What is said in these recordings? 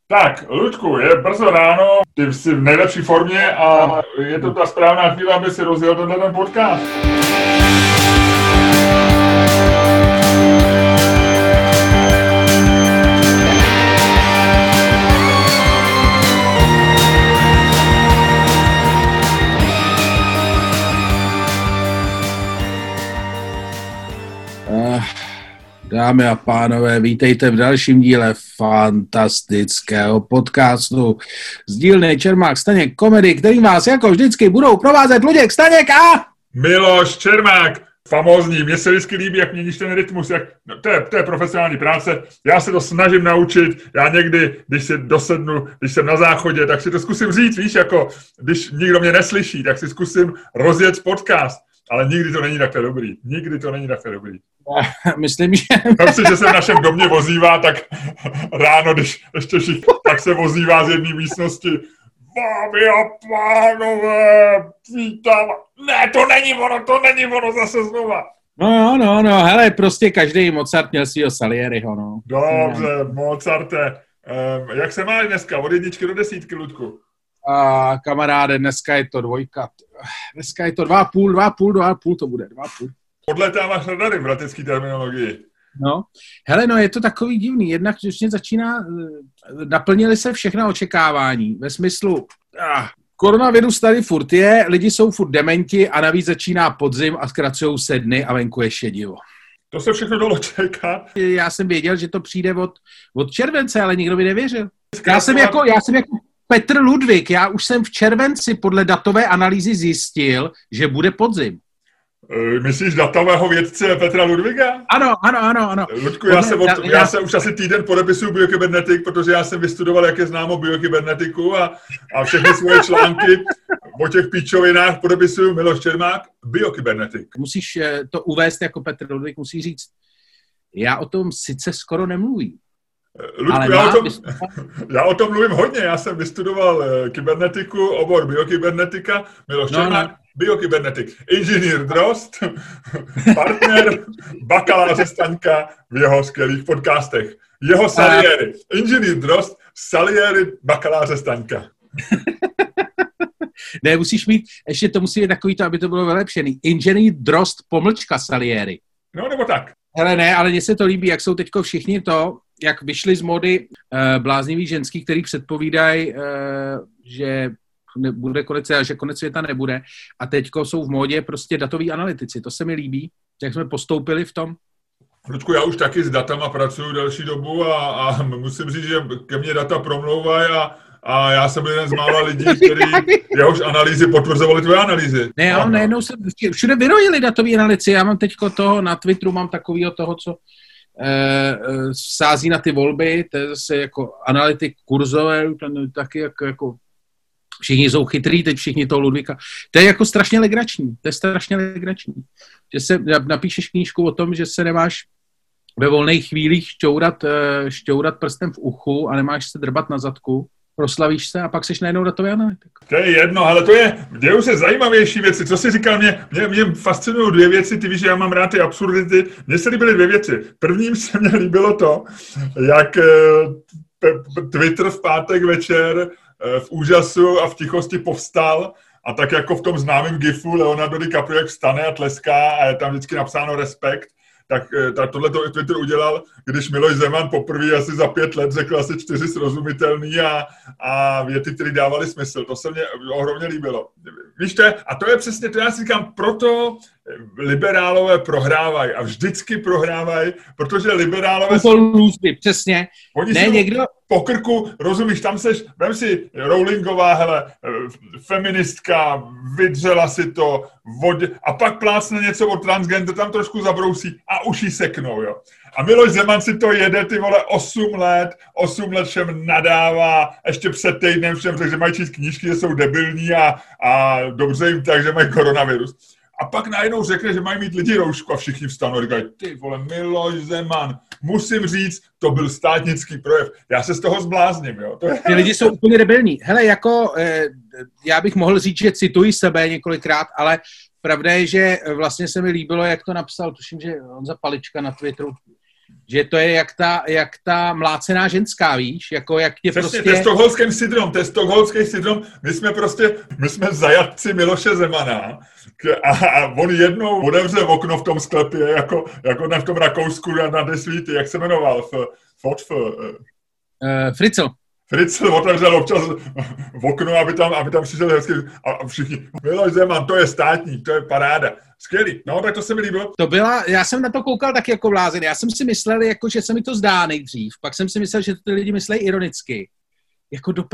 Tak, Luďku, je brzo ráno, ty jsi v nejlepší formě a je to ta správná chvíle, aby si rozjel ten podcast. Dámy a pánové, vítejte v dalším díle fantastického podcastu z dílny Čermák Staněk Komedy, který vás jako vždycky budou provázet Luděk Staněk a Miloš Čermák, famózní. Mně se vždycky líbí, jak měníš ten rytmus, to je profesionální práce. Já se to snažím naučit, já někdy, když si dosednu, když jsem na záchodě, tak si to zkusím říct, víš, jako když nikdo mě neslyší, tak si zkusím rozjet podcast, ale nikdy to není takhle dobrý. myslím, že... Myslím, že se v našem domě vozívá, tak ráno, když ještě všichni, tak se vozívá z jedné místnosti. Dámy a pánové, vítám. Ne, to není ono, zase znova. No, hele, prostě každý Mozart měl svýho Salieriho, no. Dobře, Mozarte. Jak se máš dneska? Od 1 do 10, Ludku? Kamaráde, dneska je to 2. Dneska je to 2,5 to bude, 2,5. Odletáváš radary v letecké terminologii. No, hele, no je to takový divný, jednak už začíná, naplnily se všechna očekávání, ve smyslu, koronavirus tady furt je, lidi jsou furt dementi a navíc začíná podzim a zkracujou se dny a venku je šedivo. To se všechno dalo čekat. Já jsem věděl, že to přijde od července, ale nikdo by nevěřil. Já jsem jako Petr Ludvík, já už jsem v červenci podle datové analýzy zjistil, že bude podzim. Myslíš datového vědce Petra Ludvíka? Ano. Ludku, já se už asi týden podepisuju biokybernetik, protože já jsem vystudoval, jak je známo biokybernetiku a všechny svoje články o těch píčovinách podepisuju Miloš Čermák, biokybernetik. Musíš to uvést jako Petr Ludvík, musíš říct, já o tom sice skoro nemluvím. Ludku, já o tom mluvím hodně, já jsem vystudoval kybernetiku, obor biokybernetika, Miloš Čermák, biokybernetik, inženýr Drost, partner bakaláře Staňka v jeho skvělých podcastech. Jeho Salieri, inženýr Drost, Salieri bakaláře Staňka. Ne, musíš mít, ještě to musí být takový to, aby to bylo vylepšený. Inženýr Drost = Salieri. No, nebo tak. Hele, ne, ale mně se to líbí, jak jsou teďko všichni to, jak vyšli z mody bláznivý ženský, který předpovídají, že bude konec a že konec světa nebude. A teďko jsou v módě prostě datoví analytici. To se mi líbí, jak jsme postoupili v tom. Ludku, já už taky s datama pracuju delší dobu a musím říct, že ke mně data promlouvají a já jsem jeden z mála lidí, jehož analýzy potvrzovaly tvoje analýzy. Ne, jo, najednou se všude vyrojili datoví analytici. Já mám teďko toho, na Twitteru mám takovýho toho, co sází na ty volby, to je zase jako analytik kurzové, taky jako všichni jsou chytrý, teď všichni toho Ludvíka. To je jako strašně legrační, že se napíšeš knížku o tom, že se nemáš ve volných chvílích šťourat prstem v uchu a nemáš se drbat na zadku, proslavíš se a pak seš najednou datový analytik. To je jedno, ale dějou se zajímavější věci. Co jsi říkal, mě fascinují 2 věci, ty víš, že já mám rád ty absurdity. Mně se líbily 2 věci. Prvním se mně líbilo to, jak Twitter v pátek večer v úžasu a v tichosti povstal a tak jako v tom známém gifu Leonardo DiCaprio jak vstane a tleská a je tam vždycky napsáno respekt, tak tohleto Twitter udělal, když Miloš Zeman poprvé asi za 5 let řekl asi 4 srozumitelný a věty, které dávaly smysl. To se mně ohromně líbilo. Víš, to je přesně to, já si říkám, proto liberálové prohrávají a vždycky prohrávají, protože liberálové přesně. Oni ne, někdo po krku, rozumíš, tam seš, vem si Rowlingová, hele, feministka, vydřela si to, a pak plácne něco o transgender, tam trošku zabrousí a uši seknou, jo. A Miloš Zeman si to jede, ty vole, 8 let všem nadává, ještě před týdnem všem řekl, že mají číst knížky, že jsou debilní a dobře jim tak, že mají koronavirus. A pak najednou řekne, že mají mít lidi roušku a všichni vstanou a říkají, ty vole, Miloš Zeman, musím říct, to byl státnický projev. Já se z toho zblázním, jo. Ty lidi jsou úplně debilní. Hele, jako, já bych mohl říct, že cituji sebe několikrát, ale pravda je, že vlastně se mi líbilo, jak to napsal, tuším, že Honza Palička na Twitteru, že to je jak ta mlácená ženská, víš, jako jak tě přesně, prostě... to je stockholmský syndrom, my jsme zajatci Miloše Zemana a on jednou otevře okno v tom sklepě, jako v tom Rakousku na Desvíty, jak se jmenoval, Fritzl otevřel občas v okno, aby tam přišel hezky a všichni, Miloš Zeman, to je státník, to je paráda. Skvělý, no tak to se mi líbilo. Já jsem na to koukal tak jako blázen, já jsem si myslel, jako, že se mi to zdá nejdřív, pak jsem si myslel, že to ty lidi myslejí ironicky. Jako do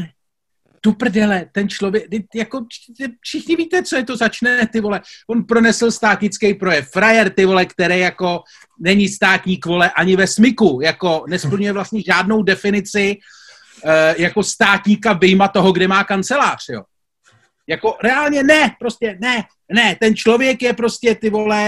prdele, ten člověk, jako všichni víte, co je to začne, ty vole, on pronesl státnický projev, frajer, ty vole, který jako není státník, vole, ani ve smyku, jako nesplňuje vlastně žádnou definici jako státníka vyjma toho, kde má kancelář, jo. Jako reálně ne, ten člověk je prostě, ty vole,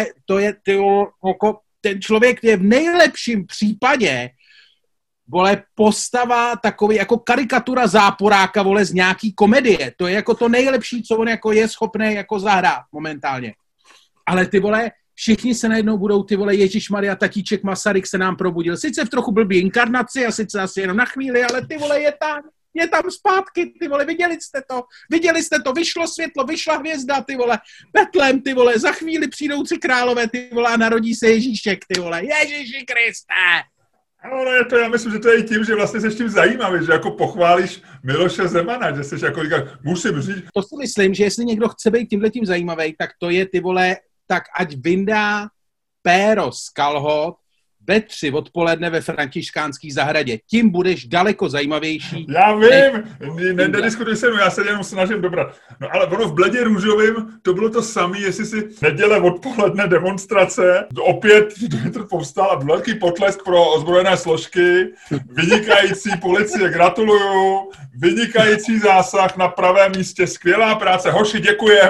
jako, ten člověk je v nejlepším případě, vole, postava takový, jako karikatura záporáka, vole, z nějaký komedie, to je jako to nejlepší, co on jako je schopný jako zahrát momentálně. Ale ty vole, všichni se najednou budou, ty vole, Ježišmarja, tatíček Masaryk se nám probudil. Sice v trochu blbý inkarnaci a sice asi jenom na chvíli, ale ty vole, je tam zpátky, ty vole, viděli jste to, vyšlo světlo, vyšla hvězda, ty vole, Betlém, ty vole, za chvíli přijdou 3 králové, ty vole, a narodí se Ježíšek, ty vole, Ježíši Kriste! Ale já myslím, že to je i tím, že vlastně seš tím zajímavý, že jako pochválíš Miloše Zemana, že seš jako říkáš, musím říct. To si myslím, že jestli někdo chce být tímhletím zajímavý, tak to je, ty vole, tak ať vyndá péro z kalhot ve 3 odpoledne ve Františkánský zahradě. Tím budeš daleko zajímavější. Já vím, nediskutuj se mnou, já se jenom snažím dobrat. No ale ono v Bledě růžovým to bylo to samé, jestli si neděle odpoledne demonstrace, opět Twitter povstal a velký potlesk pro ozbrojené složky, vynikající policie, gratuluju, vynikající zásah na pravém místě, skvělá práce, hoši, děkujem.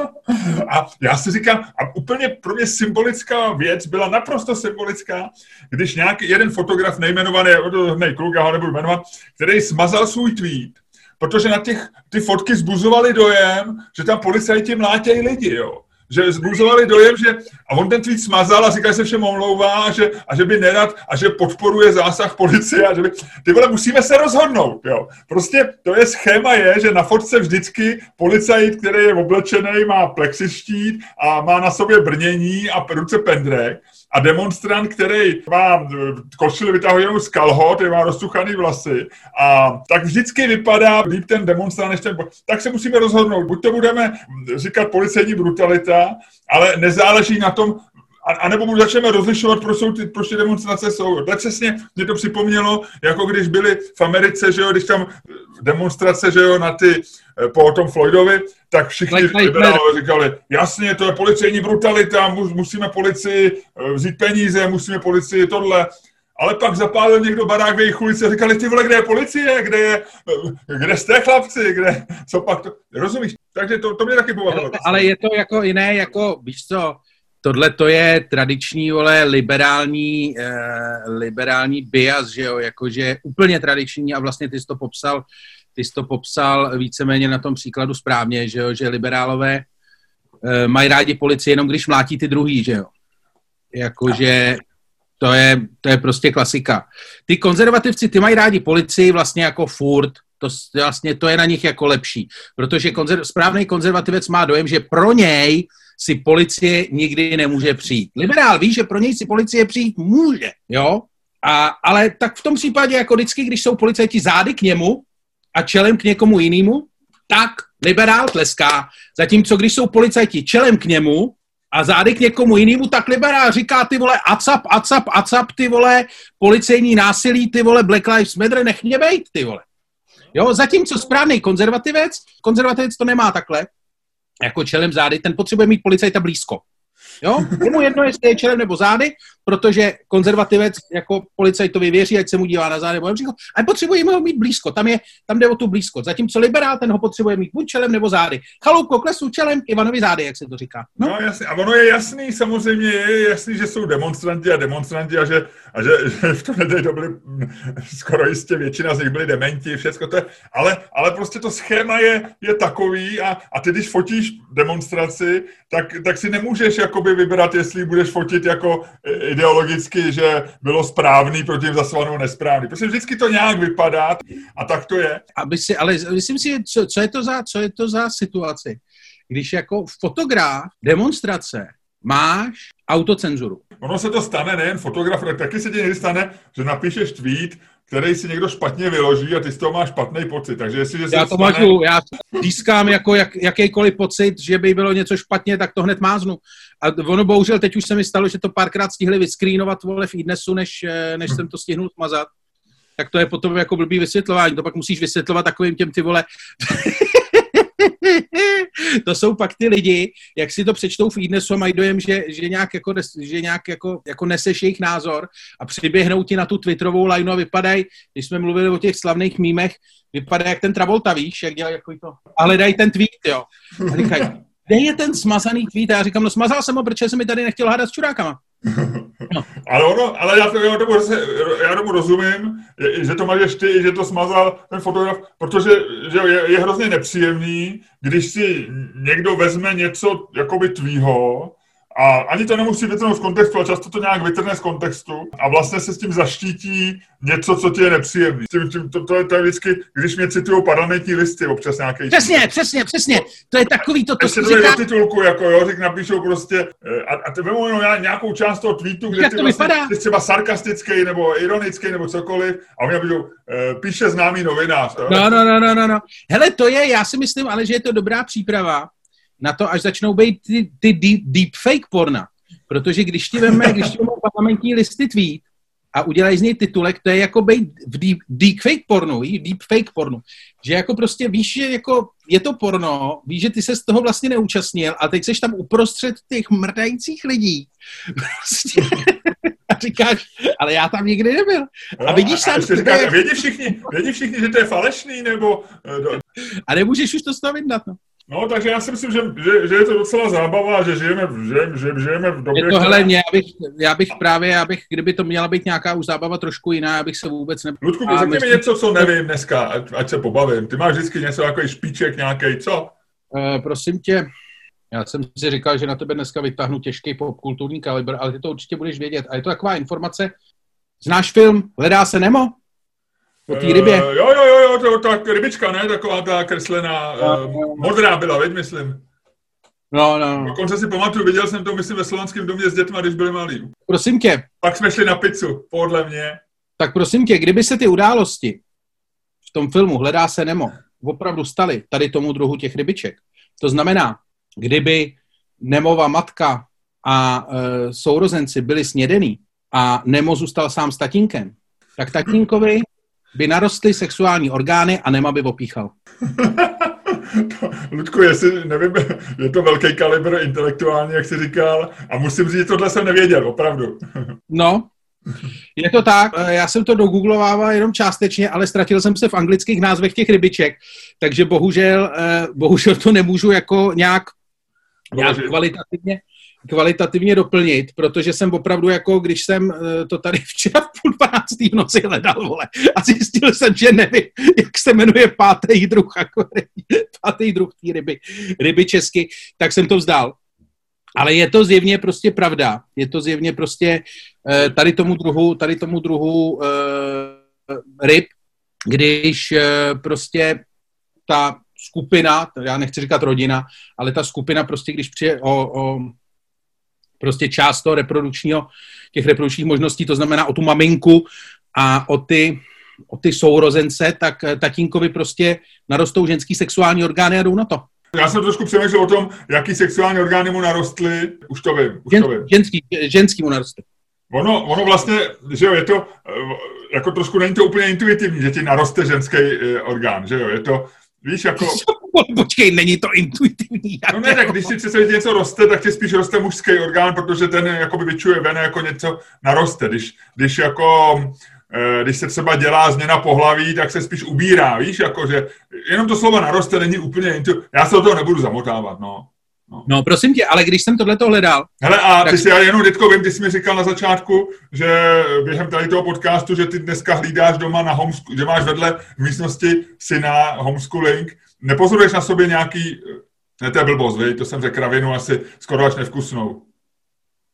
A já si říkám, a úplně pro mě symbolická věc byla naprosto symbolická, když nějaký jeden fotograf nejmenovaný kluk, já ho nebudu jmenovat, který smazal svůj tweet, protože na ty fotky zbuzovaly dojem, že tam policajti mlátějí lidi, jo. Že zbuzovali dojem, že a on ten tweet smazal a říkal, že se všem omlouvá a že by nerad a že podporuje zásah policie a že by... Ty vole, musíme se rozhodnout, jo. Prostě to je schéma že na fotce vždycky policajt, který je oblečený, má plexištít a má na sobě brnění a ruce pendrek a demonstrant, který má košili vytahujenou z kalhot, má rozsuchaný vlasy a tak vždycky vypadá líp ten demonstrant než ten... Tak se musíme rozhodnout, buď to budeme říkat policejní brutalita, ale nezáleží na tom, anebo začneme rozlišovat, proč ty demonstrace jsou. Tak přesně mě to připomnělo, jako když byly v Americe, že jo, když tam demonstrace, že jo, po tom Floydovi, tak všichni liberálové říkali, jasně, to je policejní brutalita, musíme policii vzít peníze, musíme policii tohle. Ale pak zapálil někdo barák v jejich ulici a říkali, ty vole, kde je policie, kde jste chlapci, co pak to, rozumíš? Takže to mě taky bavilo. Ale je to jako jiné, jako, víš co, tohle to je tradiční, vole, liberální bias, že jo, jakože úplně tradiční a vlastně ty jsi to popsal víceméně na tom příkladu správně, že jo, že liberálové mají rádi policii jenom když mlátí ty druhý, že jo. Jakože to je prostě klasika. Ty konzervativci, ty mají rádi policii vlastně jako furt, to je na nich jako lepší, protože správný konzervativec má dojem, že pro něj si policie nikdy nemůže přijít. Liberál ví, že pro něj si policie přijít může, jo? Ale tak v tom případě, jako vždycky, když jsou policajti zády k němu a čelem k někomu jinému, tak liberál tleská. Zatímco když jsou policajti čelem k němu a zády k někomu jinému, tak liberál říká, ty vole, acap, ty vole, policejní násilí, ty vole, Black Lives Matter, nech mě bejt, ty vole. Jo, zatímco správný konzervativec to nemá takhle, jako čelem zády, ten potřebuje mít policajta blízko. Jo? Je mu jedno, jestli je čelem nebo zády, protože konzervativec jako policajtovi věří, ať se mu dívá na zády nebo nebříko, ale potřebuje ho mít blízko, tam jde o tu blízko. Zatímco liberál, ten ho potřebuje mít buď čelem nebo zády. Chaloupko, klesu čelem, Ivanovi zády, jak se to říká. No jasně, a ono je jasný, samozřejmě je jasný, že jsou demonstranti a že v tom nedej to byli skoro jistě většina z nich byli dementi, všecko to je, ale prostě to schéma je takový a ty, když fotíš demonstraci, tak si nemůžeš jako jakoby vybrat, jestli budeš fotit jako ideologicky, že bylo správný proti zasvanou nesprávný. Protože vždycky to nějak vypadá a tak to je. Ale myslím si, co je to za situaci, když jako fotograf demonstrace máš autocenzuru. Ono se to stane, nejen fotograf, taky se ti někdy stane, že napíšeš tweet, který si někdo špatně vyloží a ty z toho máš špatný pocit. Takže jestliže já získám jako jakýkoliv pocit, že by bylo něco špatně, tak to hned máznu. A ono bohužel teď už se mi stalo, že to párkrát stihli vyskrínovat v iDnesu, než jsem to stihnul smazat. Tak to je potom jako blbý vysvětlování. To pak musíš vysvětlovat takovým těm ty vole. To jsou pak ty lidi, jak si to přečtou v iDnesu a mají dojem, že nějak jako neseš jejich názor a přiběhnou ti na tu twitterovou lineu a vypadají, když jsme mluvili o těch slavných mýmech, vypadá jak ten Travolta, víš, jak dělají jako to. A hledají ten tweet, jo. A říkají, kde je ten smazaný tweet? A já říkám, no smazal jsem ho, protože jsem mi tady nechtěl hádat s čurákama. No. Ale já tomu rozumím, že to máš ty, že to smazal ten fotograf, protože že je hrozně nepříjemný, když si někdo vezme něco jakoby tvýho a ani to nemusí vytrhnout z kontextu, ale často to nějak vytrhne z kontextu a vlastně se s tím zaštítí něco, co ti je nepříjemný. To je vždycky, když mě citují parlamentní listy občas nějaký. Přesně. To je takový to ještě to je do titulku, jako jo, napíšou prostě a ty vemu nějakou část toho tweetu, kde ty třeba sarkastický nebo ironický nebo cokoliv a oni napíšou, píše známý novinář. No. Hele, to je, já si myslím, ale že je to dobrá příprava na to, až začnou být ty deepfake porna. Protože když ti veme parlamentní listy tweet a udělají z něj titulek, to je jako být v deepfake pornu. Že jako prostě víš, že jako je to porno, víš, že ty se z toho vlastně neúčastnil a teď seš tam uprostřed těch mrdajících lidí. Prostě. A říkáš, ale já tam nikdy nebyl. A vidíš sám... Vědí všichni, že to je falešný, nebo... A nemůžeš už to z toho vydat, no. No, takže já si myslím, že je to docela zábava, že žijeme v době... Hele, kdyby to měla být nějaká už zábava trošku jiná, abych se vůbec ne... Ludku, řekni mi něco, co nevím dneska, ať se pobavím. Ty máš vždycky něco jako špiček nějaký, co? Prosím tě, já jsem si říkal, že na tebe dneska vytáhnu těžký popkulturní kalibr, ale ty to určitě budeš vědět. A je to taková informace, znáš film Hledá se Nemo? O té rybě. Jo, to ta rybička, ne? Taková ta kreslená, modrá byla, veď myslím. No. Dokonce si pamatuju, viděl jsem to, myslím, ve Slovanském domě s dětma, když byli malí. Prosím tě. Pak jsme šli na pizzu, podle mě. Tak prosím tě, kdyby se ty události v tom filmu Hledá se Nemo opravdu staly tady tomu druhu těch rybiček, to znamená, kdyby Nemova matka a sourozenci byli snědený a Nemo zůstal sám s tatínkem, tak tatínkovi by narostly sexuální orgány a Nema by opíchal. Ludku, jestli nevím, je to velký kalibr intelektuálně, jak jsi říkal, a musím říct, tohle jsem nevěděl, opravdu. No, je to tak, já jsem to dogooglovával jenom částečně, ale ztratil jsem se v anglických názvech těch rybiček, takže bohužel to nemůžu jako nějak kvalitativně doplnit, protože jsem opravdu jako, když jsem to tady včera v 11:30 v noci hledal, vole, a zjistil jsem, že nevím, jak se jmenuje pátý druh té ryby česky, tak jsem to vzdal. Ale je to zjevně prostě pravda. Je to zjevně prostě tady tomu druhu ryb, když prostě ta skupina, já nechci říkat rodina, ale ta skupina prostě, když přijde o prostě část toho těch reprodukčních možností, to znamená o tu maminku a o ty sourozence, tak tatínkovi prostě narostou ženský sexuální orgány a jdou na to. Já jsem trošku přemýšlel o tom, jaký sexuální orgány mu narostly, už to vím. Ženský mu narostly. Ono vlastně, že jo, je to, jako trošku není to úplně intuitivní, že ti naroste ženský orgán, že jo, je to, víš, jako... Počkej, není to intuitivní. No ne, tak když si představíte něco roste, tak ti spíš roste mužský orgán, protože ten jakoby vyčuje ven, jako něco naroste. Když se třeba dělá změna pohlaví, tak se spíš ubírá, víš, jako, že jenom to slovo naroste není úplně intuitivní. Já se do toho nebudu zamotávat, no. No, prosím tě, ale když jsem tohleto hledal... Hele, a ty si já jenom, dětko, vím, ty jsi mi říkal na začátku, že během tady toho podcastu, že ty dneska hlídáš doma že máš vedle v místnosti syna homeschooling. Nepozoruješ na sobě nějaký... Ne, to je blbost, viď? To jsem řekl kravinu asi skoro až nevkusnou.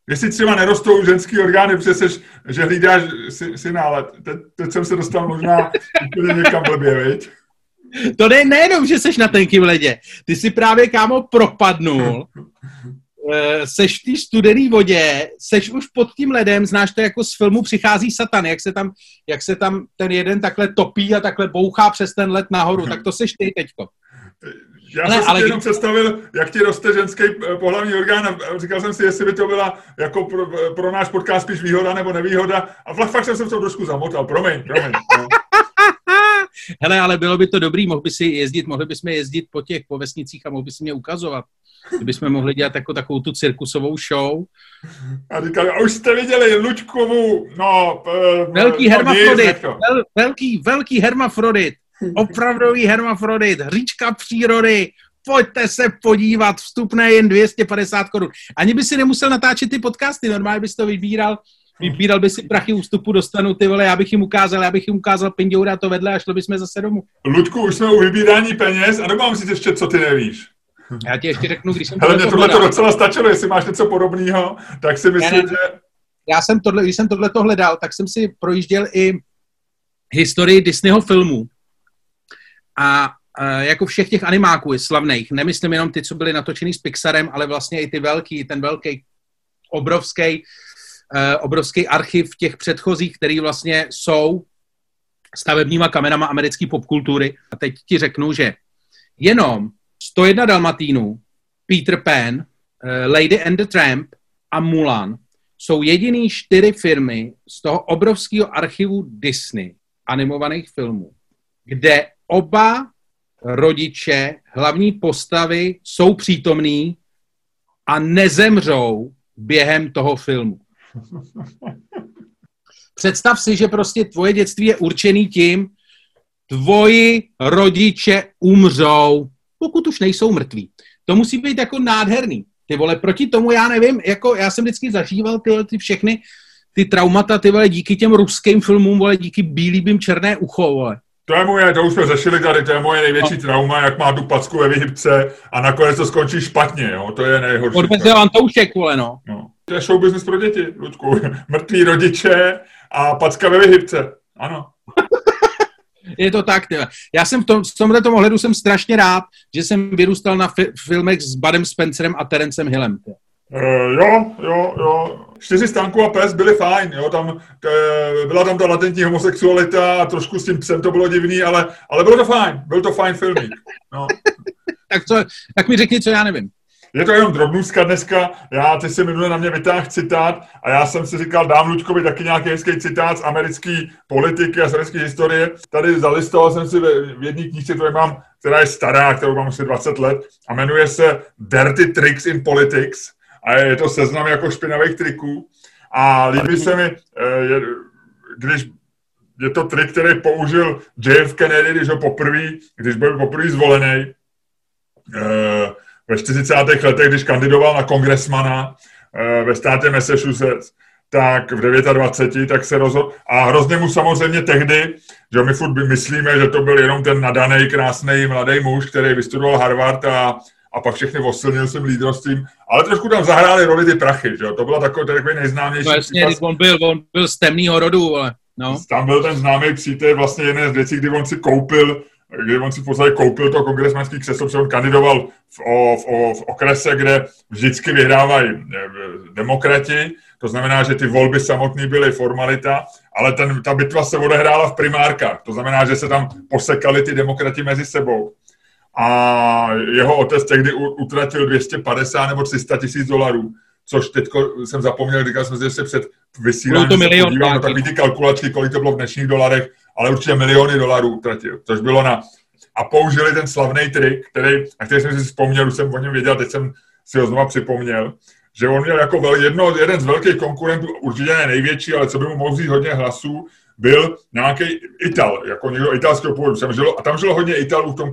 Jestli třeba nerostou ženský orgány, protože že hlídáš syna, ale teď jsem se dostal možná úplně někam blbě, viď? To nejenom, že seš na tenkým ledě. Ty si právě, kámo, propadnul. Seš v té studený vodě, seš už pod tím ledem, znáš to jako z filmu Přichází Satan, jak se tam ten jeden takhle topí a takhle bouchá přes ten led nahoru, tak to seš ty teďko. Já jsem si jenom představil, jak ti roste ženský pohlavní orgán a říkal jsem si, jestli by to byla jako pro náš podcast spíš výhoda nebo nevýhoda a fakt jsem se v tom trošku zamotal, promiň. No. Hele, ale bylo by to dobrý, mohli bychom jezdit po vesnicích a mohli by si mě ukazovat. Kdybychom mohli dělat jako takovou tu cirkusovou show. A říkali, a už jste viděli Luďkovu, velký hermafrodit, velký hermafrodit, opravdový hermafrodit, hříčka přírody, pojďte se podívat, vstupné jen 250 korun. Ani by si nemusel natáčet ty podcasty, normálně bys to vybíral by si prachy u vstupu, dostanu, ty vole, já bych jim ukázal pindoura to vedle a šli bychom zase domů. Luďku, už jsme u vybírání peněz a nemám si ještě, co ty nevíš. Já ti ještě řeknu, když jsem hele, mě tohle to docela stačilo, jestli máš něco podobného, tak si myslím, že... Když jsem tohleto hledal, tak jsem si projížděl i historii Disneyho filmů. A jako všech těch animáků je slavných, nemyslím jenom ty, co byly natočený s Pixarem, ale vlastně i ten velký, obrovský archiv těch předchozích, který vlastně jsou stavebníma kamenama americké popkultury. A teď ti řeknu, že jenom 101 Dalmatínů, Peter Pan, Lady and the Tramp a Mulan jsou jediný 4 filmy z toho obrovského archivu Disney animovaných filmů, kde oba rodiče, hlavní postavy jsou přítomní a nezemřou během toho filmu. Představ si, že prostě tvoje dětství je určený tím, tvoji rodiče umřou, pokud už nejsou mrtví. To musí být jako nádherný. Ty vole, proti tomu já nevím, jako já jsem vždycky zažíval ty všechny ty traumata, ty vole, díky těm ruským filmům, vole, díky Bílý černé ucho, vole. To už jsme řešili tady, to je moje největší trauma, jak má tu packu ve vyhybce a nakonec to skončí špatně, jo, to je nejhorší. Odvezl Antoušek, vole, no. To je show business pro děti, Ludku. Mrtví rodiče a packa ve vyhybce, ano. Je to tak, tyhle. Já jsem v tomhletom ohledu jsem strašně rád, že jsem vyrůstal na filmech s Budem Spencerem a Terencem Hillem. Jo. 4 stánků a pes byly fajn, jo, byla tam ta latentní homosexualita a trošku s tím psem to bylo divný, ale byl to fajn filmík. No. Tak mi řekni, co já nevím. Je to jenom drobnůstka dneska, ty si minule na mě vytáhl citát a já jsem si říkal, dám Luďkovi taky nějaký hezký citát z americké politiky a z americké historie. Tady zalistoval jsem si v jedné knížce, kterou mám, která je stará, kterou mám asi 20 let a jmenuje se Dirty Tricks in Politics a je to seznam jako špinavých triků a líbí se mi, když je to trik, který použil JF Kennedy, když byl poprvé zvolený, ve 40. letech, když kandidoval na kongresmana ve státě Massachusetts, tak v 29, tak se rozhodl. A hrozně mu samozřejmě tehdy, že my furt myslíme, že to byl jenom ten nadaný, krásný mladý muž, který vystudoval Harvard a pak všechny osilnil svým lídrovstvím, ale trošku tam zahrály roli ty prachy, že jo? To byla takový nejznámější. No jasně, on byl z temného rodu, ale no. Tam byl ten známý přítel, vlastně jedné z věcí, kdy on si v podstatě koupil to kongresmanský křeslo, protože on kandidoval v okrese, kde vždycky vyhrávají demokrati, to znamená, že ty volby samotné byly formalita, ale ta bitva se odehrála v primárkách, to znamená, že se tam posekali ty demokrati mezi sebou. A jeho otec tehdy utratil 250 nebo 300 tisíc dolarů, což teďko jsem zapomněl, říkal jsem si, že se před vysíláním se podívám na takový ty kalkulačky, kolik to bylo v dnešních dolarech, ale určitě miliony dolarů utratil, což bylo a použili ten slavný trik, na který jsem si vzpomněl, už jsem o něm věděl, teď jsem si ho znova připomněl, že on měl jako jeden z velkých konkurentů, určitě ne největší, ale co by mu mohl vzít hodně hlasů, byl nějaký Ital, jako někdo italského původu. A tam žilo hodně Italů v tom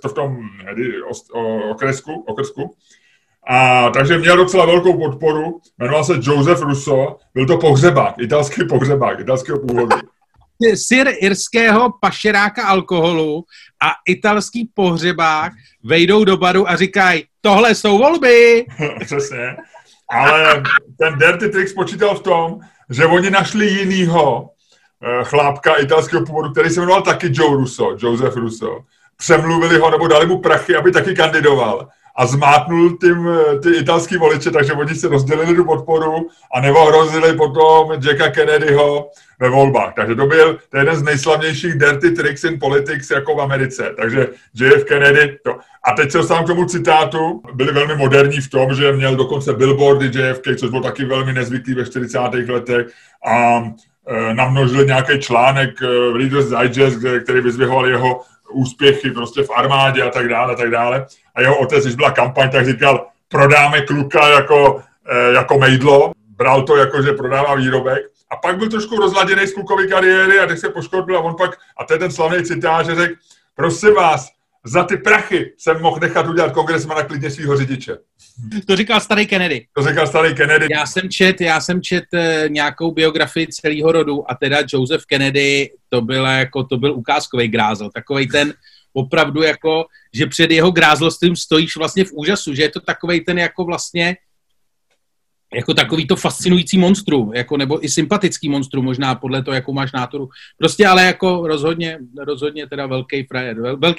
okresku. A takže měl docela velkou podporu, jmenoval se Joseph Russo, byl to italský pohřebák, italského původu. Sir irského pašeráka alkoholu a italský pohřebák vejdou do baru a říkají, tohle jsou volby. Přesně. Ale ten Dirty Trick spočítal v tom, že oni našli jinýho chlápka italského původu, který se jmenoval taky Joseph Russo. Přemluvili ho nebo dali mu prachy, aby taky kandidoval. A zmátnul ty italský voliče, takže oni se rozdělili tu podporu a neohrozili potom Jacka Kennedyho ve volbách. Takže to byl jeden z nejslavnějších dirty tricks in politics jako v Americe. Takže JF Kennedy to. A teď se dostávám k tomu citátu. Byli velmi moderní v tom, že měl dokonce billboardy JFK, což bylo taky velmi nezvyklý ve 40. letech. A namnožil nějaký článek v Reader's Digest, který vyzvihoval jeho úspěchy prostě v armádě a tak dále. A jeho otec, když byla kampaň, tak říkal, prodáme kluka jako mejdlo. Bral to jako, že prodává výrobek. A pak byl trošku rozladěný z klukové kariéry a teď se poškodil a on pak, a to je ten slavný citát, že řekl, prosím vás, za ty prachy jsem mohl nechat udělat kongresmana klidně svýho řidiče. To říkal starý Kennedy. Já jsem čet nějakou biografii celého rodu a teda Joseph Kennedy, to byl ukázkový grázel. Takovej ten opravdu jako, že před jeho grázlostvím stojíš vlastně v úžasu, že je to takovej ten jako vlastně jako takový to fascinující monstrum, jako, nebo i sympatický monstrum, možná podle toho, jakou máš náturu. Prostě ale jako rozhodně teda velký frajer,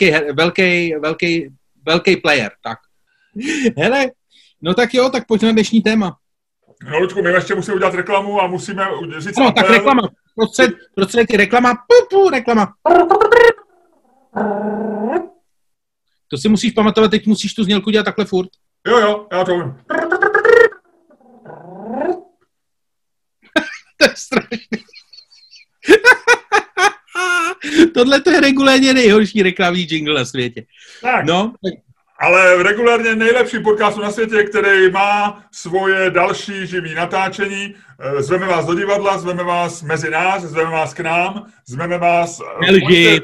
velký player, tak. Hele, no tak jo, tak pojď na dnešní téma. No, Luďku, my ještě musíme udělat reklamu a musíme říct... No, tak reklama. Prostředky reklama. Reklama. To si musíš pamatovat, teď musíš tu znělku dělat takhle furt. Jo, já to vím. To je strašný. Tohle to je regulérně nejhorší reklamní jingle na světě. Tak. No. Ale regulárně nejlepší podcast na světě, který má svoje další živý natáčení. Zveme vás do divadla, zveme vás mezi nás, zveme vás k nám, zveme vás... Nelži.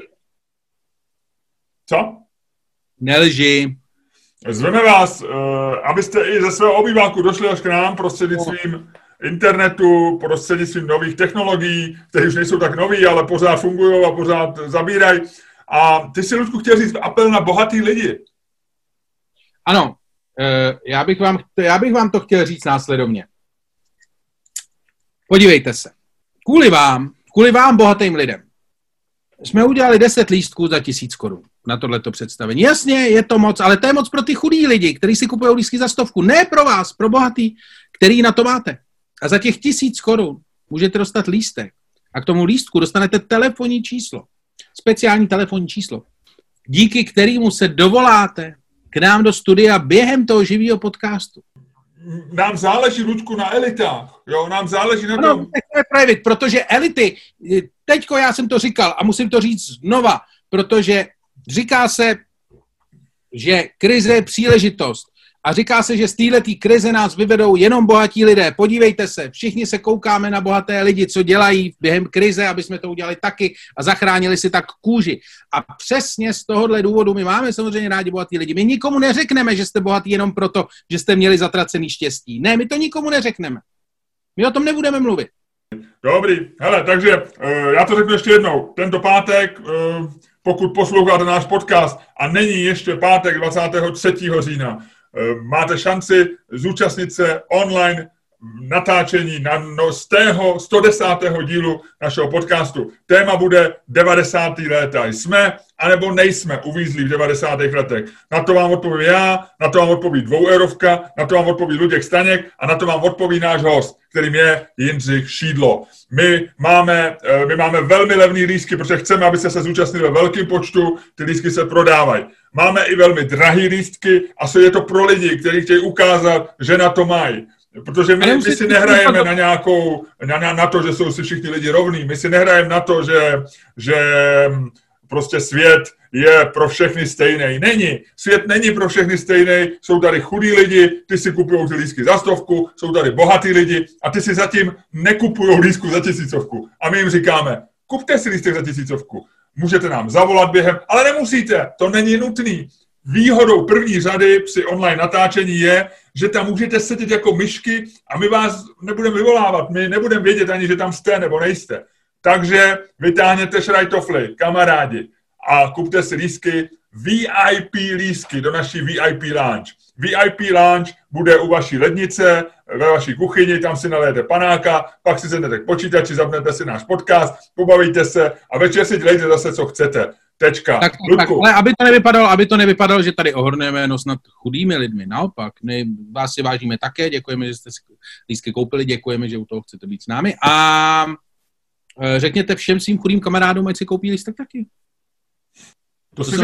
Co? Nelži. Zveme vás, abyste i ze svého obýváku došli až k nám prostřednictvím internetu, prostřednictvím nových technologií, které už nejsou tak nový, ale pořád fungují a pořád zabírají. A ty si, Ludku, chtěl říct apel na bohatý lidi. Ano, já bych vám to chtěl říct následovně. Podívejte se. Kvůli vám bohatým lidem jsme udělali 10 lístků za 1000 korun na tohleto představení. Jasně, je to moc, ale to je moc pro ty chudý lidi, kteří si kupují lístky za 100. Ne pro vás, pro bohatý, který na to máte. A za těch 1000 korun můžete dostat lístek. A k tomu lístku dostanete telefonní číslo. Speciální telefonní číslo. Díky kterému se dovoláte k nám do studia během toho živého podcastu. Nám záleží, Luďku, na elitách. Jo, nám záleží na tom. No, to je pravit, protože elity, teďko já jsem to říkal a musím to říct znova, protože říká se, že krize je příležitost. A říká se, že z této krize nás vyvedou jenom bohatí lidé. Podívejte se, všichni se koukáme na bohaté lidi, co dělají během krize, aby jsme to udělali taky a zachránili si tak kůži. A přesně z tohohle důvodu my máme samozřejmě rádi bohatý lidi. My nikomu neřekneme, že jste bohatý jenom proto, že jste měli zatracený štěstí. Ne, my to nikomu neřekneme. My o tom nebudeme mluvit. Dobrý, hele, takže já to řeknu ještě jednou. Tento pátek, pokud posloucháte náš podcast a není ještě pátek 23. října, máte šanci zúčastnit se online natáčení na 110. dílu našeho podcastu. Téma bude 90. léta. Jsme, anebo nejsme uvízlí v 90. letech. Na to vám odpovím já, na to vám odpoví 2eurovka, na to vám odpoví Luděk Staněk a na to vám odpoví náš host, kterým je Jindřich Šídlo. My máme velmi levný lístky, protože chceme, abyste se zúčastnili ve velkém počtu, ty lístky se prodávají. Máme i velmi drahý lístky a je to pro lidi, kteří chtějí ukázat, že na to mají. Protože my si nehrajeme na to, že jsou si všichni lidi rovní. My si nehrajeme na to, že prostě svět je pro všechny stejný. Není. Svět není pro všechny stejný. Jsou tady chudí lidi, ty si kupují ty lístky za 100, jsou tady bohatí lidi a ty si zatím nekupují lístku za 1000. A my jim říkáme, kupte si lístek za 1000. Můžete nám zavolat během, ale nemusíte, to není nutný. Výhodou první řady při online natáčení je, že tam můžete sedět jako myšky a my vás nebudeme vyvolávat, my nebudeme vědět ani, že tam jste nebo nejste. Takže vytáhněte šrajtofly, kamarádi, a kupte si lístky, VIP lístky do naší VIP lounge. VIP lounge bude u vaší lednice, ve vaší kuchyni, tam si nalijete panáka, pak si sednete k počítači, zapnete si náš podcast, pobavíte se a večer si dělejte zase, co chcete. Tečka. Tak, ale aby to nevypadalo, že tady ohrneme nos nad chudými lidmi. Naopak, my vás si vážíme také, děkujeme, že jste si lístky koupili, děkujeme, že u toho chcete být s námi a řekněte všem svým chudým kamarádům, ať si koupí lístek taky. To si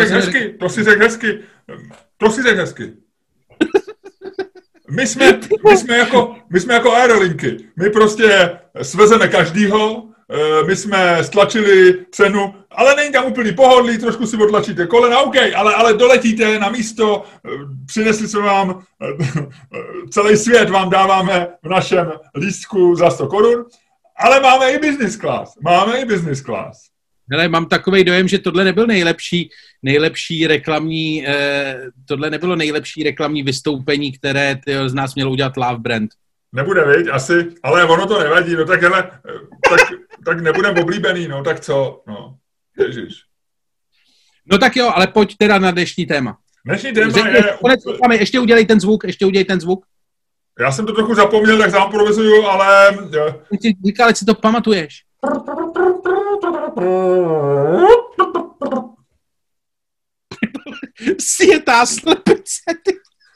řekl hezky. My jsme jako aerolinky. My prostě svezeme každýho, my jsme stlačili cenu, ale není tam úplný pohodlí, trošku si odtlačíte kolena, OK, ale doletíte na místo, přinesli jsme vám, celý svět vám dáváme v našem lístku za 100 korun, ale máme i business class. Hele, mám takovej dojem, že tohle nebyl tohle nebylo nejlepší reklamní vystoupení, které z nás mělo udělat Love Brand. Nebude, viď, asi, ale ono to nevadí, no tak hele, tak nebudeme oblíbený, no tak co, no, ježiš. No tak jo, ale pojď teda na dnešní téma. Dnešní téma je... Ještě udělej ten zvuk. Já jsem to trochu zapomněl, tak zaimprovizuju, ale... Říkal, ať si to pamatuješ. Světá slepice, ty.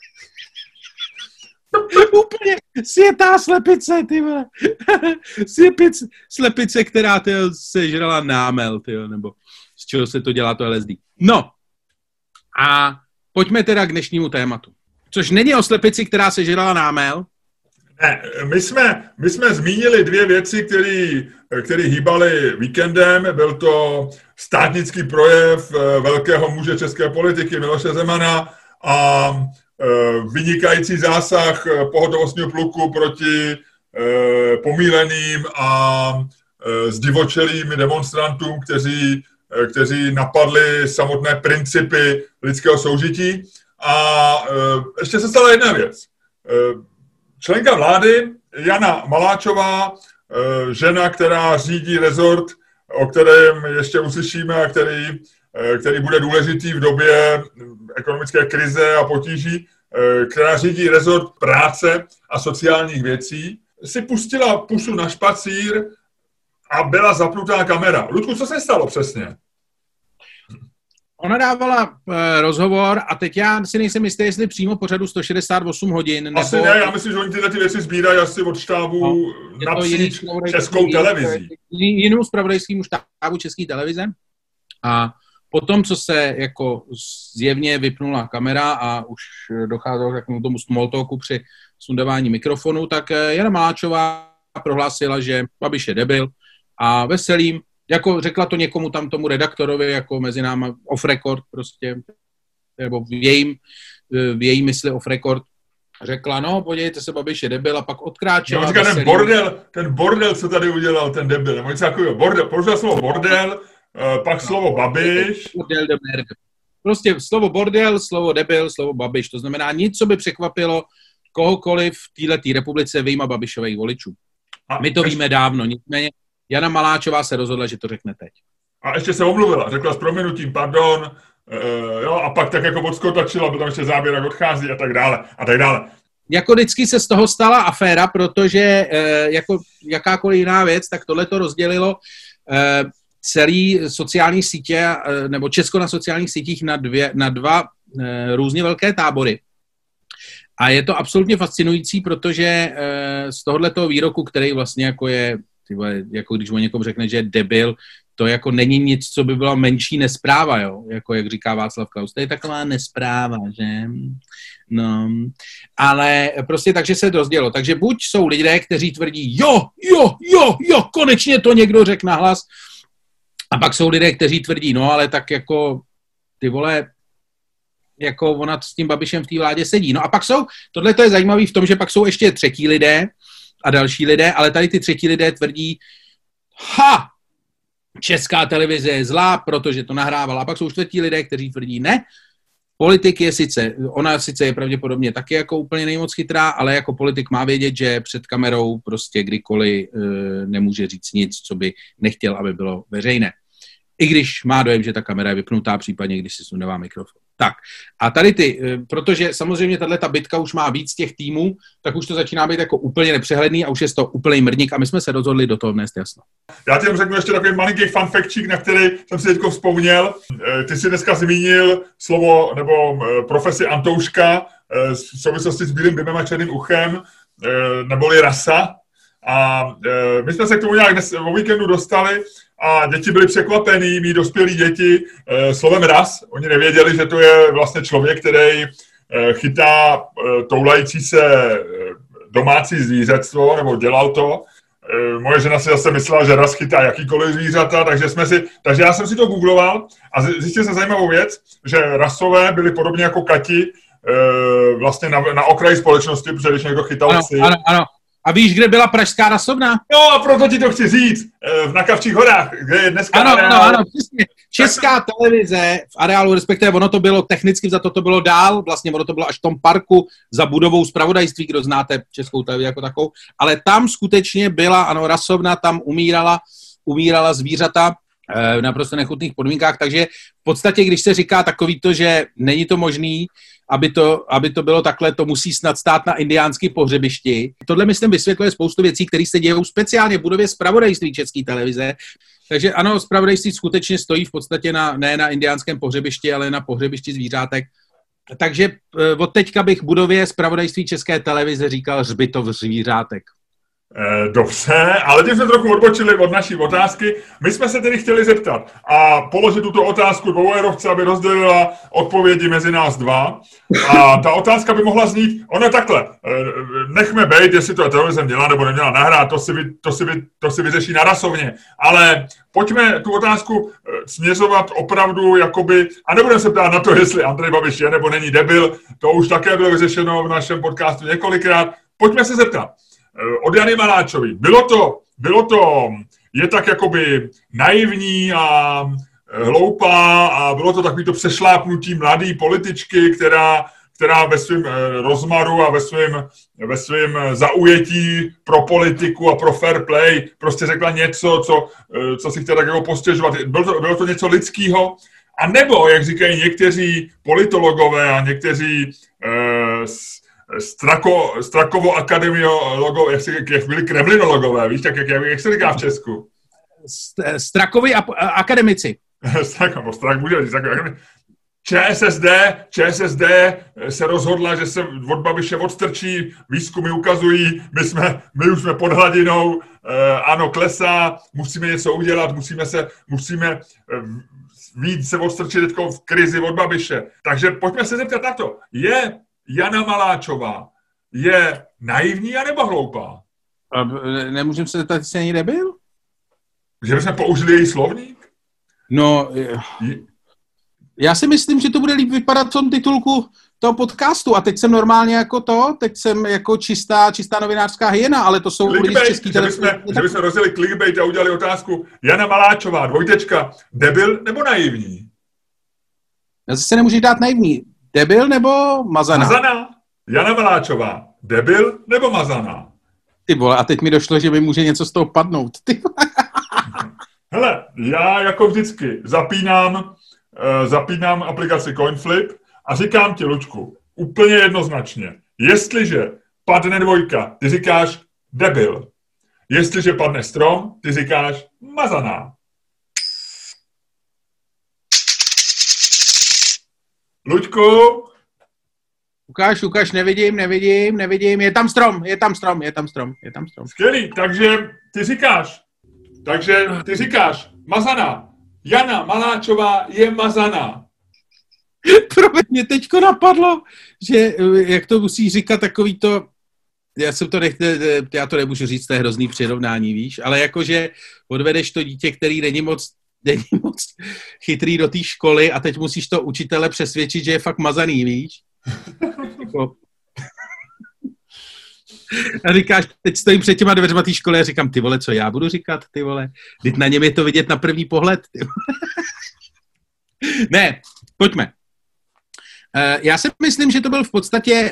Úplně světá slepice, ty vole. Slepice, která sežrala námel, ty, nebo z čeho se to dělá, to LSD. No, a pojďme teda k dnešnímu tématu. Což není o slepici, která sežrala námel. Ne, my jsme zmínili dvě věci, které hýbaly víkendem. Byl to státnický projev velkého muže české politiky Miloše Zemana a vynikající zásah pohotovostního pluku proti pomýleným a zdivočelým demonstrantům, kteří napadli samotné principy lidského soužití. A ještě se stala jedna věc. Členka vlády Jana Maláčová, žena, která řídí rezort, o kterém ještě uslyšíme a který bude důležitý v době ekonomické krize a potíží, která řídí rezort práce a sociálních věcí, si pustila pusu na špacír a byla zapnutá kamera. Ludku, co se stalo přesně? Ona dávala rozhovor a teď já si nejsem jistý, jestli přímo pořadu 168 hodin. Nebo... Asi ne, já myslím, že oni tyhle věci sbírají asi od štábu napříč Českou televizí. Jinou zpravodajskému štábu České televize. A potom, co se jako zjevně vypnula kamera a už docházelo k tomu small talku při sundávání mikrofonu, tak Jana Maláčová prohlásila, že Babiš je debil a veselým, jako řekla to někomu tam tomu redaktorovi, jako mezi náma off record prostě, nebo v její mysli off record, řekla, no, podívejte se, Babiš je debil a pak odkráčela. No, říká, ten bordel, co tady udělal, ten debil, nebo něco takového, použil slovo bordel, pak slovo Babiš. Prostě slovo bordel, slovo debil, slovo Babiš, to znamená nic, co by překvapilo kohokoliv v této republice vyjma Babišových voličů. My to víme dávno, nicméně Jana Maláčová se rozhodla, že to řekne teď. A ještě se omluvila, řekla s prominutím, pardon, jo, a pak tak jako odskotačila, protože tam ještě záběr, jak odchází a tak dále, a tak dále. Jako vždycky se z toho stala aféra, protože jako jakákoliv jiná věc, tak tohle to rozdělilo celý sociální sítě, nebo Česko na sociálních sítích na dva různě velké tábory. A je to absolutně fascinující, protože z tohohletoho výroku, který vlastně jako je, jako když o někom řekne, že je debil, to jako není nic, co by byla menší nespráva, jo? Jako jak říká Václav Klaus. To je taková nespráva, že? No. Ale prostě takže se to rozdělo. Takže buď jsou lidé, kteří tvrdí jo, konečně to někdo řekl nahlas. A pak jsou lidé, kteří tvrdí, no ale tak jako ty vole, jako ona s tím Babišem v té vládě sedí. No a pak jsou, tohle to je zajímavé v tom, že pak jsou ještě třetí lidé a další lidé, ale tady ty třetí lidé tvrdí, Česká televize je zlá, protože to nahrávala. A pak jsou čtvrtí lidé, kteří tvrdí ne. Politik je ona sice je pravděpodobně taky jako úplně nejmoc chytrá, ale jako politik má vědět, že před kamerou prostě kdykoliv nemůže říct nic, co by nechtěl, aby bylo veřejné. I když má dojem, že ta kamera je vypnutá, případně když si sundává mikrofon. Tak a tady protože samozřejmě tato bitka už má víc těch týmů, tak už to začíná být jako úplně nepřehledný a už je to úplný mrník a my jsme se rozhodli do toho vnést jasno. Já ti řeknu ještě takový malinký fun factčík, na který jsem si teďko vzpomněl. Ty jsi dneska zmínil slovo nebo profesi Antouška v souvislosti s bílým dymem a černým uchem, neboli rasa. A my jsme se k tomu nějak dnes o víkendu dostali a děti byly překvapený, mý dospělí děti, slovem ras. Oni nevěděli, že to je vlastně člověk, který chytá toulající se domácí zvířectvo, nebo dělal to. Moje žena si zase myslela, že ras chytá jakýkoliv zvířata, takže já jsem si to googloval a zjistil jsem zajímavou věc, že rasové byly podobně jako kati vlastně na okraji společnosti, protože když někdo chytal psy. Ano. A víš, kde byla pražská rasovna? No a proto ti to chci říct. Na Kavčích horách, kde je dneska Ano, přesně. Česká televize v areálu, respektive ono to bylo technicky za to bylo dál, vlastně ono to bylo až v tom parku za budovou zpravodajství, kdo znáte Českou televizi jako takovou, ale tam skutečně byla, rasovna, tam umírala zvířata v naprosto nechutných podmínkách, takže v podstatě, když se říká takový to, že není to možný, aby to bylo takhle, to musí snad stát na indiánském pohřebišti. Tohle, myslím, vysvětluje spoustu věcí, které se dějou speciálně v budově zpravodajství České televize. Takže ano, zpravodajství skutečně stojí v podstatě ne na indiánském pohřebišti, ale na pohřebišti zvířátek. Takže od teďka bych budově zpravodajství České televize říkal hřbitov zvířátek. Dobře, ale tím jsme trochu odbočili od naší otázky. My jsme se tedy chtěli zeptat a položit tuto otázku dvouérovce, aby rozdělila odpovědi mezi nás dva. A ta otázka by mohla znít, ono takhle, nechme bejt, jestli to televize měla nebo neměla nahrát, to si vyřeší na rasovně, ale pojďme tu otázku směřovat opravdu jakoby, a nebudeme se ptát na to, jestli Andrej Babiš je nebo není debil, to už také bylo vyřešeno v našem podcastu několikrát. Pojďme se zeptat. Od Jany Maláčové. Bylo to, je tak jakoby naivní a hloupá a bylo to takový to přešlápnutí mladé političky, která ve svém rozmaru a ve svém zaujetí pro politiku a pro fair play prostě řekla něco, co si chtěla tak jako postěžovat. Bylo to něco lidského? A nebo, jak říkají někteří politologové a někteří Strakovo-akademiologové, jak byli kremlinologové, víš, tak jak se říká v Česku? Strakovi akademici. Strak bude říct. ČSSD se rozhodla, že se od Babiše odstrčí, výzkumy ukazují, my už jsme pod hladinou, ano, klesá, musíme něco udělat, musíme víc se odstrčit teďko v krizi od Babiše. Takže pojďme se zeptat na to. Je Jana Maláčová je naivní anebo hloupá? Nemůžeme se zeptat, jestli není debil? Že bychom použili její slovník? No, já si myslím, že to bude líp vypadat v tom titulku toho podcastu a teď jsem normálně teď jsem jako čistá novinářská hyena, ale to jsou lidi z České televize. Že bychom rozjeli clickbait a udělali otázku Jana Maláčová, dvojtečka, debil nebo naivní? Já zase nemůžu dát naivní. Debil nebo mazaná? Mazaná. Jana Maláčová. Debil nebo mazaná? Ty vole, a teď mi došlo, že mi může něco z toho padnout. Ty Hele, já jako vždycky zapínám aplikaci Coinflip a říkám ti, Lučku, úplně jednoznačně, jestliže padne dvojka, ty říkáš debil. Jestliže padne strom, ty říkáš mazaná. Luďku? Ukáž, nevidím, je tam strom. Skvělý, takže ty říkáš mazaná. Jana Maláčová je mazaná. Promiň, mě teďko napadlo, že jak to musí říkat takový to, já to nemůžu říct, to je hrozný přirovnání, víš, ale jakože odvedeš to dítě, který není moc chytrý do té školy a teď musíš to učitele přesvědčit, že je fakt mazaný, víš? A říkáš, teď stojím před těma dveřma té školy a říkám, ty vole, co já budu říkat, ty vole? Teď na něm je to vidět na první pohled, ty vole. Ne, pojďme. Já si myslím, že to byl v podstatě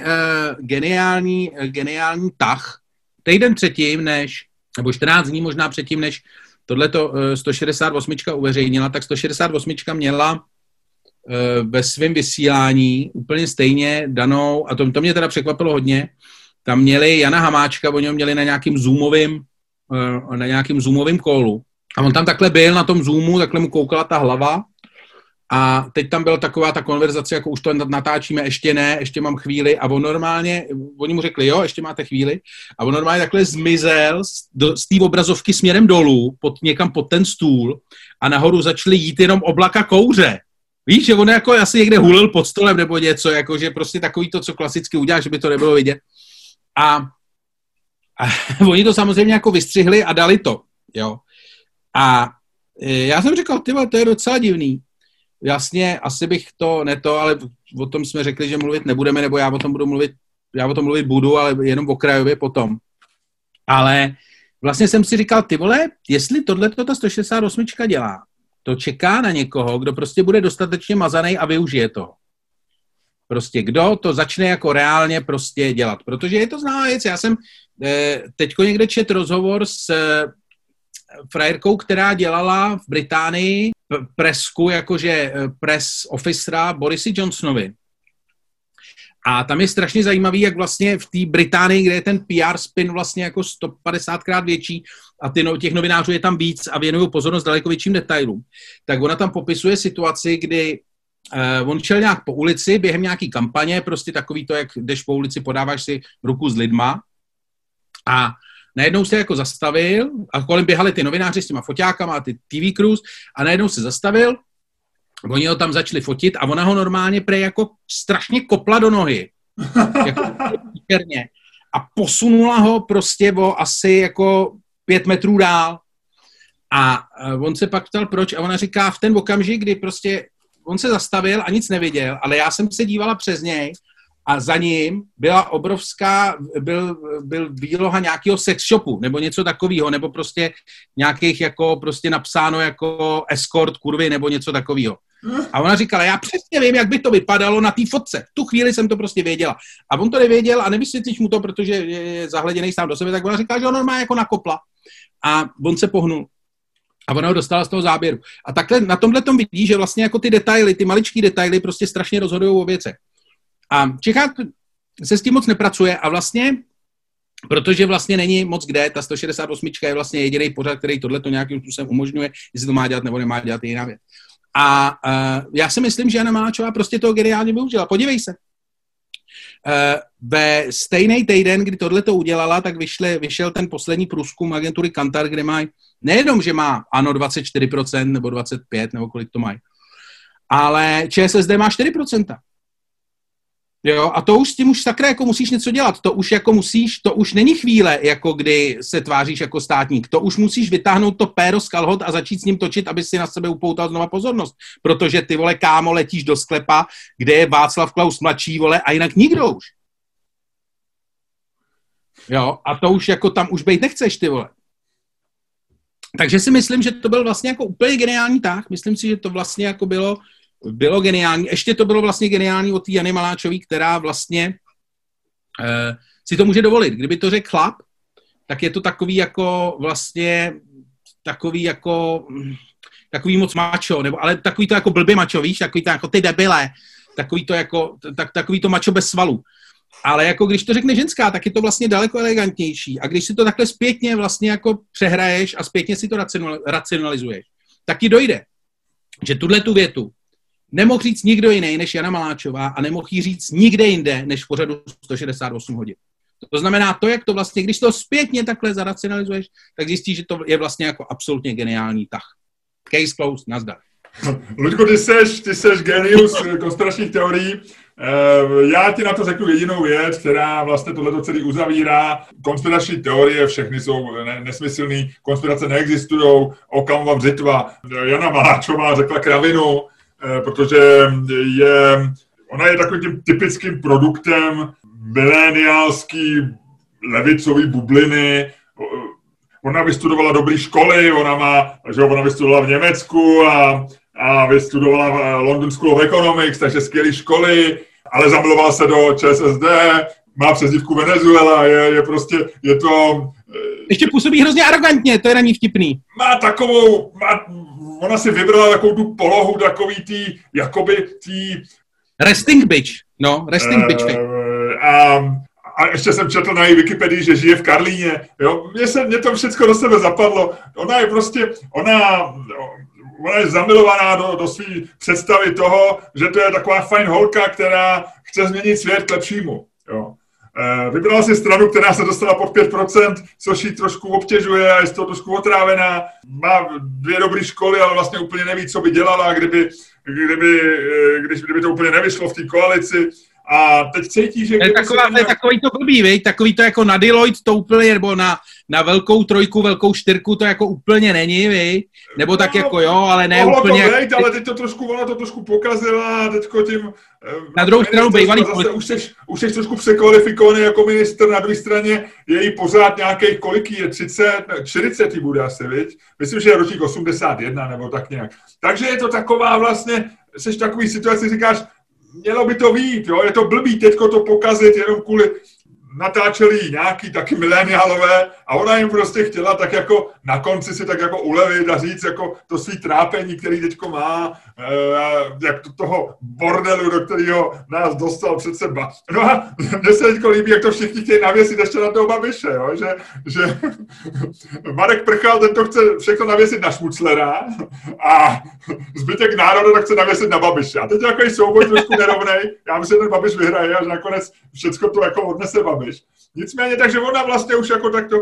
geniální tah. Týden předtím, nebo 14 dní možná předtím, než tohleto 168 uveřejnila, tak 168 měla ve svém vysílání úplně stejně danou, a to mě teda překvapilo hodně, tam měli Jana Hamáčka, oni ho měli na nějakým zoomovým callu. A on tam takhle byl na tom zoomu, takhle mu koukala ta hlava a teď tam byla taková ta konverzace, jako už to natáčíme, ještě ne, ještě mám chvíli a on normálně, oni mu řekli, jo, ještě máte chvíli a on normálně takhle zmizel z té obrazovky směrem dolů, někam pod ten stůl a nahoru začali jít jenom oblaka kouře. Víš, že on jako asi někde hulil pod stolem nebo něco, jako že prostě takový to, co klasicky udělá, že by to nebylo vidět. A oni to samozřejmě jako vystřihli a dali to, jo. A já jsem říkal, tyhle, to je docela divný. Jasně, asi bych ale o tom jsme řekli, že mluvit nebudeme, nebo já o tom mluvit budu, ale jenom okrajově potom. Ale vlastně jsem si říkal, ty vole, jestli tohleto ta 168 dělá, to čeká na někoho, kdo prostě bude dostatečně mazanej a využije to. Prostě kdo to začne jako reálně prostě dělat. Protože je to známá věc. Já jsem teďko někde čet rozhovor s frajerkou, která dělala v Británii presku, jakože press officera Borisi Johnsonovi. A tam je strašně zajímavý, jak vlastně v té Británii, kde je ten PR spin vlastně jako 150krát větší a těch novinářů je tam víc a věnují pozornost daleko větším detailům, tak ona tam popisuje situaci, kdy on šel nějak po ulici během nějaký kampaně, prostě takový to, jak jdeš po ulici, podáváš si ruku s lidma a najednou se jako zastavil a kolem běhali ty novináři s těma foťákama a ty TV crews a najednou se zastavil, oni ho tam začali fotit a ona ho normálně jako strašně kopla do nohy. Jako a posunula ho prostě o asi jako 5 metrů dál. A on se pak ptal, proč a ona říká, v ten okamžik, kdy prostě on se zastavil a nic neviděl, ale já jsem se dívala přes něj a za ním byla byl výloha nějakého sex shopu, nebo něco takového, nebo prostě nějakých jako prostě napsáno jako escort kurvy, nebo něco takového. A ona říkala, já přesně vím, jak by to vypadalo na té fotce. V tu chvíli jsem to prostě věděla. A on to nevěděl a nevysvětlíš mu to, protože je zahleděnej sám do sebe, tak ona říká, že on normálně jako nakopla. A on se pohnul. A ona ho dostala z toho záběru. A takhle na tomhle tom vidí, že vlastně jako ty detaily, ty maličký detaily prostě strašně rozhodují o věcech. A v Čechách se s tím moc nepracuje a vlastně, protože vlastně není moc kde, ta 168 je vlastně jediný pořad, který tohleto nějakým způsobem umožňuje, jestli to má dělat nebo nemá dělat, je jiná věc. A já si myslím, že Jana Maláčová prostě toho geniálně využila. Podívej se. Ve stejný týden, kdy tohleto udělala, tak vyšel ten poslední průzkum agentury Kantar, kde mají, nejenom, že má ANO 24% nebo 25%, nebo kolik to mají, ale ČSSD má 4%. Jo, a to už s tím už sakra jako musíš něco dělat. To už jako musíš, to už není chvíle, jako kdy se tváříš jako státník. To už musíš vytáhnout to péro z kalhot a začít s ním točit, aby si na sebe upoutal znova pozornost. Protože ty, vole, kámo, letíš do sklepa, kde je Václav Klaus mladší, vole, a jinak nikdo už. Jo, a to už jako tam už bejt nechceš, ty, vole. Takže si myslím, že to byl vlastně jako úplně geniální tah. Myslím si, že to vlastně jako bylo geniální. Ještě to bylo vlastně geniální od té Jany Maláčové, která vlastně si to může dovolit. Kdyby to řekl chlap, tak je to takový jako vlastně takový moc mačo, nebo ale takový to jako blbě mačo, víš, takový to jako ty debile, takový to mačo bez svalů. Ale jako když to řekne ženská, tak je to vlastně daleko elegantnější. A když si to takhle zpětně vlastně jako přehraješ a zpětně si to racionalizuješ, tak ti dojde, že tu větu nemohl říct nikdo jiný než Jana Maláčová a nemohl jí říct nikde jinde než v pořadu 168 hodin. To znamená to, jak to vlastně, když to zpětně takhle zaracionalizuješ, tak zjistíš, že to je vlastně jako absolutně geniální tah. Case closed, nazdar. Luďko, ty seš genius konspiračních teorií. Já ti na to řeknu jedinou věc, která vlastně tohleto celý uzavírá. Konspirační teorie, všechny jsou nesmyslný, konspirace neexistujou, Okamova břitva. Jana Maláčová řekla kravinu, protože ona je takovým tím typickým produktem mileniálský levicový bubliny. Ona vystudovala dobré školy, ona vystudovala v Německu a vystudovala London School of Economics, takže skvělé školy, ale zamilovala se do ČSSD, má přezdívku Venezuela, je to Ještě působí hrozně arrogantně, to je na ní vtipný. Ona si vybrala takovou tu polohu, takový tý, jakoby tý... Resting bitch, no, resting bitch. A ještě jsem četl na její Wikipedii, že žije v Karlíně, jo. Mě to všechno do sebe zapadlo. Ona je prostě, ona je zamilovaná do své představy toho, že to je taková fajn holka, která chce změnit svět k lepšímu, jo. Vybrala si stranu, která se dostala pod 5%, což ji trošku obtěžuje a je z toho trošku otrávená. Má 2 dobré školy, ale vlastně úplně neví, co by dělala, kdyby to úplně nevyšlo v té koalici. A teď cítí, že... To je takový to blbý, viď? Takový to jako na Deloitte to úplně, nebo na velkou 3, velkou 4 to jako úplně není, viď? Nebo tak jako jo, ale ne úplně... To být, ale teď ona to trošku pokazila, teďko tím... Na druhou stranu bývalý... Už jsi trošku překvalifikovaný jako ministr, na druhé straně je jí pořád nějakých, kolik je, 40 bude asi, viď? Myslím, že je ročník 81 nebo tak nějak. Takže je to taková vlastně, seš v takový situaci, říkáš, mělo by to být, jo, je to blbý teďko to pokazit jenom kvůli natáčeli nějaký taky mileniálové a ona jim prostě chtěla tak jako na konci si tak jako ulevit a říct jako to svý trápení, který teďko má, jak toho bordelu, do kterého nás dostal před seba. No a mně se teďko líbí, jak to všichni chtějí navěsit ještě na toho Babiše, jo, že Marek Prchal, ten to chce všechno navěsit na Šmuclera a zbytek národa to chce navěsit na Babiše. A teď je takový souboj trošku nerovnej, já myslím, že ten Babiš vyhraje, až nakonec všecko to jako odnese Babiš. Nicméně, takže ona vlastně už jako takto...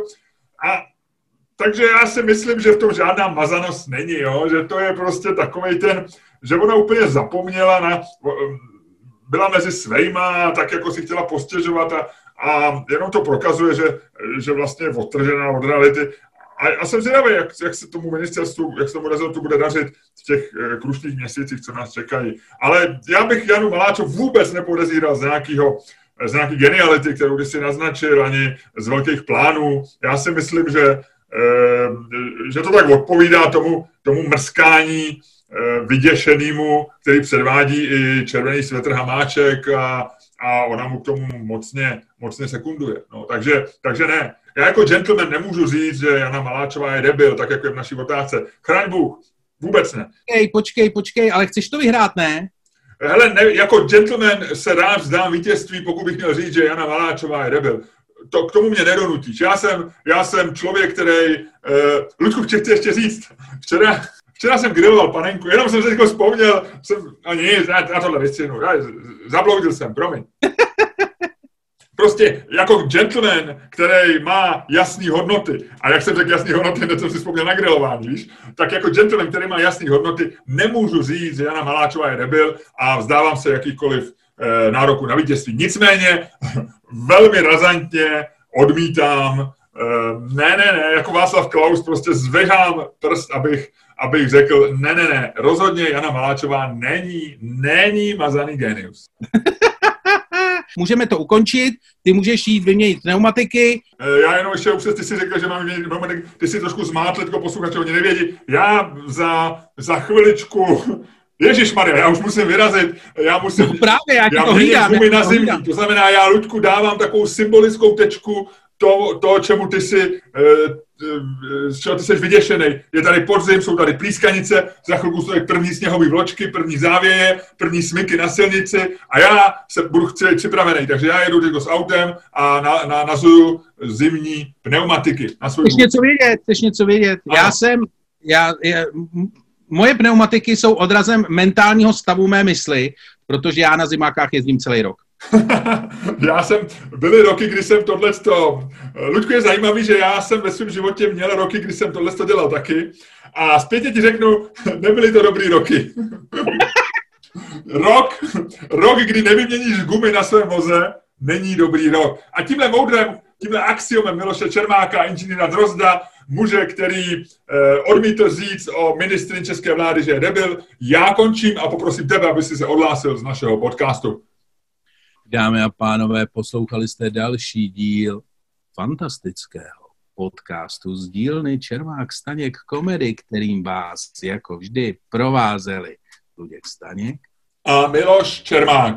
Takže já si myslím, že v tom žádná mazanost není, jo? Že to je prostě takovej ten, že ona úplně zapomněla byla mezi svejma, tak jako si chtěla postěžovat a jenom to prokazuje, že vlastně je odtržená od reality. A jsem zvědavý, jak se tomu ministerstvu, jak se tomu rezortu bude dařit v těch krušných měsících, co nás čekají. Ale já bych Janu Maláčov vůbec nepodezíral z nějaký geniality, kterou by si naznačil, ani z velkých plánů. Já si myslím, že to tak odpovídá tomu mrskání vyděšenýmu, který předvádí i červený svetr Hamáček a ona mu k tomu mocně sekunduje. No, takže ne. Já jako gentleman nemůžu říct, že Jana Maláčová je debil, tak jako je v naší otázce. Chraň Bůh. Vůbec ne. Počkej, ale chceš to vyhrát, ne? Hele, jako gentleman se rád vzdám vítězství, pokud bych měl říct, že Jana Maláčová je debil. K tomu mě nedonutíš. Já jsem člověk, který... Luďku, chci ještě říct. Včera jsem griloval panenku, jenom jsem se jako vzpomněl, já tohle vystřihnu, zabloudil jsem, promiň. Prostě jako gentleman, který má jasné hodnoty, a jak jsem řekl jasné hodnoty, hned jsem si vzpomněl na grilování, víš, tak jako gentleman, který má jasné hodnoty, nemůžu říct, že Jana Maláčová je debil a vzdávám se jakýchkoliv nároku na vítězství. Nicméně velmi razantně odmítám, ne, jako Václav Klaus prostě zvedám prst, abych řekl, ne, rozhodně Jana Maláčová není mazaný genius. Můžeme to ukončit, ty můžeš jít vyměnit pneumatiky. Já jenom ještě upřes, ty si řekl, že mám vyměnit pneumatiky, ty si trošku zmátl, teďko posluchači oni nevědí. Já za chviličku, ježišmarja, já už musím vyrazit, já gumy na zimní, to znamená, já, Luďku, dávám takovou symbolickou tečku toho, čemu ty si, z čeho ty jsi vyděšenej. Je tady podzim, jsou tady plískanice, za chvilku jsou tady první sněhové vločky, první závěje, první smyky na silnici a já se budu chci připravený, takže já jedu teďko s autem a nazuju zimní pneumatiky. Chceš něco vědět? Moje pneumatiky jsou odrazem mentálního stavu mé mysli, protože já na zimákách jezdím celý rok. Byly roky, kdy jsem tohleto... Luďku, je zajímavý, že já jsem ve svém životě měl roky, kdy jsem tohleto dělal taky a zpětně ti řeknu, nebyly to dobrý roky. Rok, kdy nevyměníš gumy na svém voze, není dobrý rok. A tímhle axiomem Miloše Čermáka, inženýra Drozda, muže, který odmítl říct o ministryni české vlády, že je debil, já končím a poprosím tebe, aby si se odhlásil z našeho podcastu. Dámy a pánové, poslouchali jste další díl fantastického podcastu z dílny Čermák Staněk Komedy, kterým vás jako vždy provázeli Luděk Staněk a Miloš Čermák.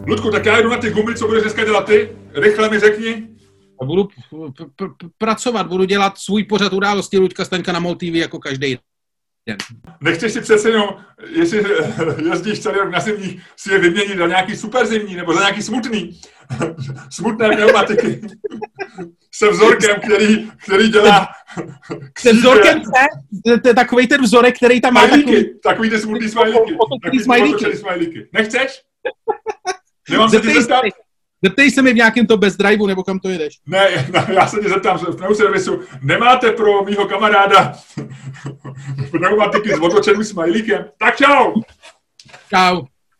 Ludku, tak já jdu na ty gumy, co budeš dneska dělat ty? Rychle mi řekni. Budu pracovat, budu dělat svůj pořad události Luďka Staňka na MOL TV jako každý den. Nechceš si přece jenom, jestli jezdíš celý rok na zimních, si je vyměnit za nějaký super zimní, nebo za nějaký smutný. Smutné pneumatiky. Se vzorkem, který dělá... Ten vzorkem, to je takovej ten vzorek, který tam má takový ty smutný smajlíky. Nechceš? Nemám se ti zeptat? Zeptej se mi v nějakém to bez driveu, nebo kam to jedeš. Ne, já se tě zeptám v pneuservisu. Nemáte pro mýho kamaráda pneumatiky s otočeným smajlíkem? Tak čau! Čau.